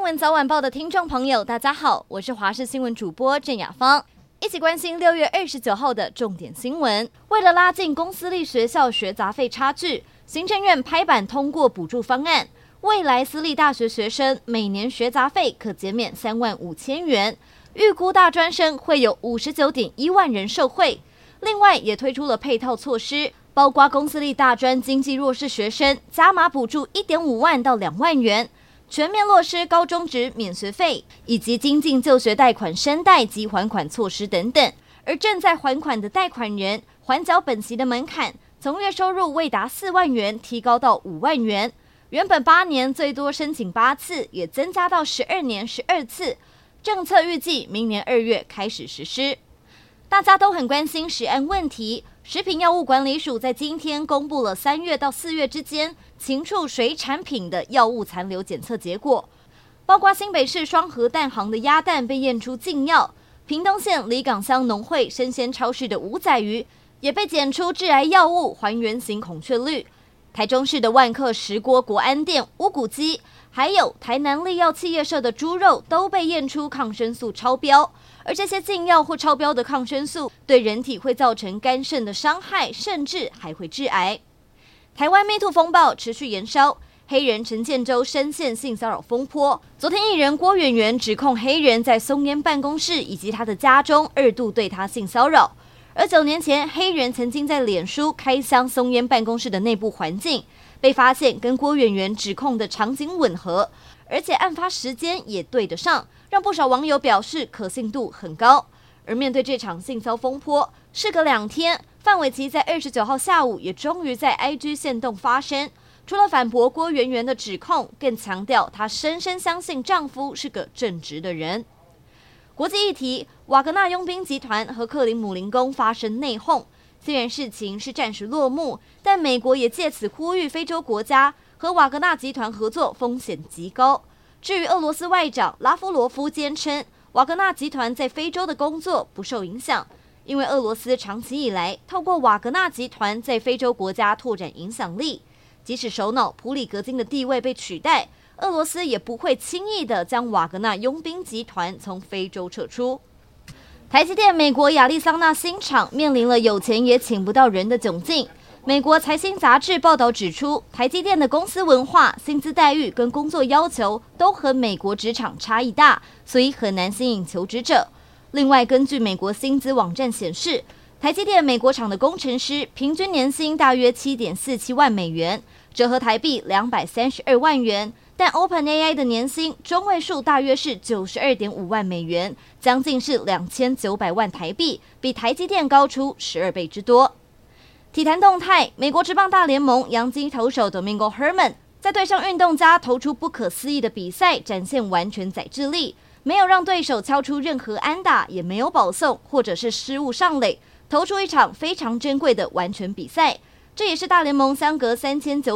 闻早晚报的听众朋友，大家好，我是华视新闻主播郑雅芳，一起关心6月29号的重点新闻。为了拉近公私立学校学杂费差距，行政院拍板通过补助方案，未来私立大学学生每年学杂费可减免35000元，预估大专生会有59.1万人受惠。另外也推出了配套措施，包括公私立大专经济弱势学生加码补助1.5万到2万元，全面落实高中职免学费，以及精进就学贷款申贷及还款措施等等。而正在还款的贷款人，还缴本息的门槛从月收入未达4万元提高到5万元，原本8年最多申请8次，也增加到12年12次。政策预计明年2月开始实施。大家都很关心食安问题，食品药物管理署在今天公布了3月到4月之间禽畜水产品的药物残留检测结果，包括新北市双和蛋行的鸭蛋被验出禁药，屏东县里港乡农会生鲜超市的五仔鱼也被检出致癌药物还原型孔雀绿，台中市的万客石锅国安店乌骨鸡，还有台南力药企业社的猪肉都被验出抗生素超标，而这些禁药或超标的抗生素对人体会造成肝肾的伤害，甚至还会致癌。台湾 MeToo 风暴持续延烧，黑人陈建州深陷性骚扰风波。昨天艺人郭远元指控黑人在松烟办公室以及他的家中2度对他性骚扰，而9年前黑人曾经在脸书开箱松烟办公室的内部环境，被发现跟郭远元指控的场景吻合，而且案发时间也对得上，让不少网友表示可信度很高。而面对这场性骚风波，事隔2天，范玮琪在29号下午也终于在 IG 限动发声，除了反驳郭圆圆的指控，更强调她深深相信丈夫是个正直的人。国际议题，瓦格纳佣兵集团和克林姆林宫发生内讧，虽然事情是暂时落幕，但美国也借此呼吁非洲国家和瓦格纳集团合作风险极高。至于俄罗斯外长拉夫罗夫坚称，瓦格纳集团在非洲的工作不受影响，因为俄罗斯长期以来透过瓦格纳集团在非洲国家拓展影响力，即使首脑普里格金的地位被取代，俄罗斯也不会轻易的将瓦格纳佣兵集团从非洲撤出。台积电美国亚利桑那新厂面临了有钱也请不到人的窘境。美国财新杂志报道指出，台积电的公司文化、薪资待遇跟工作要求都和美国职场差异大，所以很难吸引求职者。另外，根据美国薪资网站显示，台积电美国厂的工程师平均年薪大约7.47万美元，折合台币232万元，但 OpenAI 的年薪中位数大约是92.5万美元，将近是2900万台币，比台积电高出12倍之多。体坛动态，美国职棒大联盟洋基投手 Domingo Herman 在对上运动家投出不可思议的比赛，展现完全宰制力，没有让对手敲出任何安打，也没有保送或者是失误上垒，投出一场非常珍贵的完全比赛。这也是大联盟相隔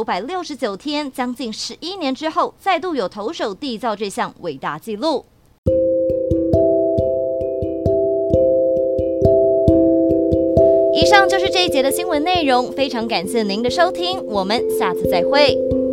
3969天，将近11年之后，再度有投手缔造这项伟大纪录。以上就是这一节的新闻内容，非常感谢您的收听，我们下次再会。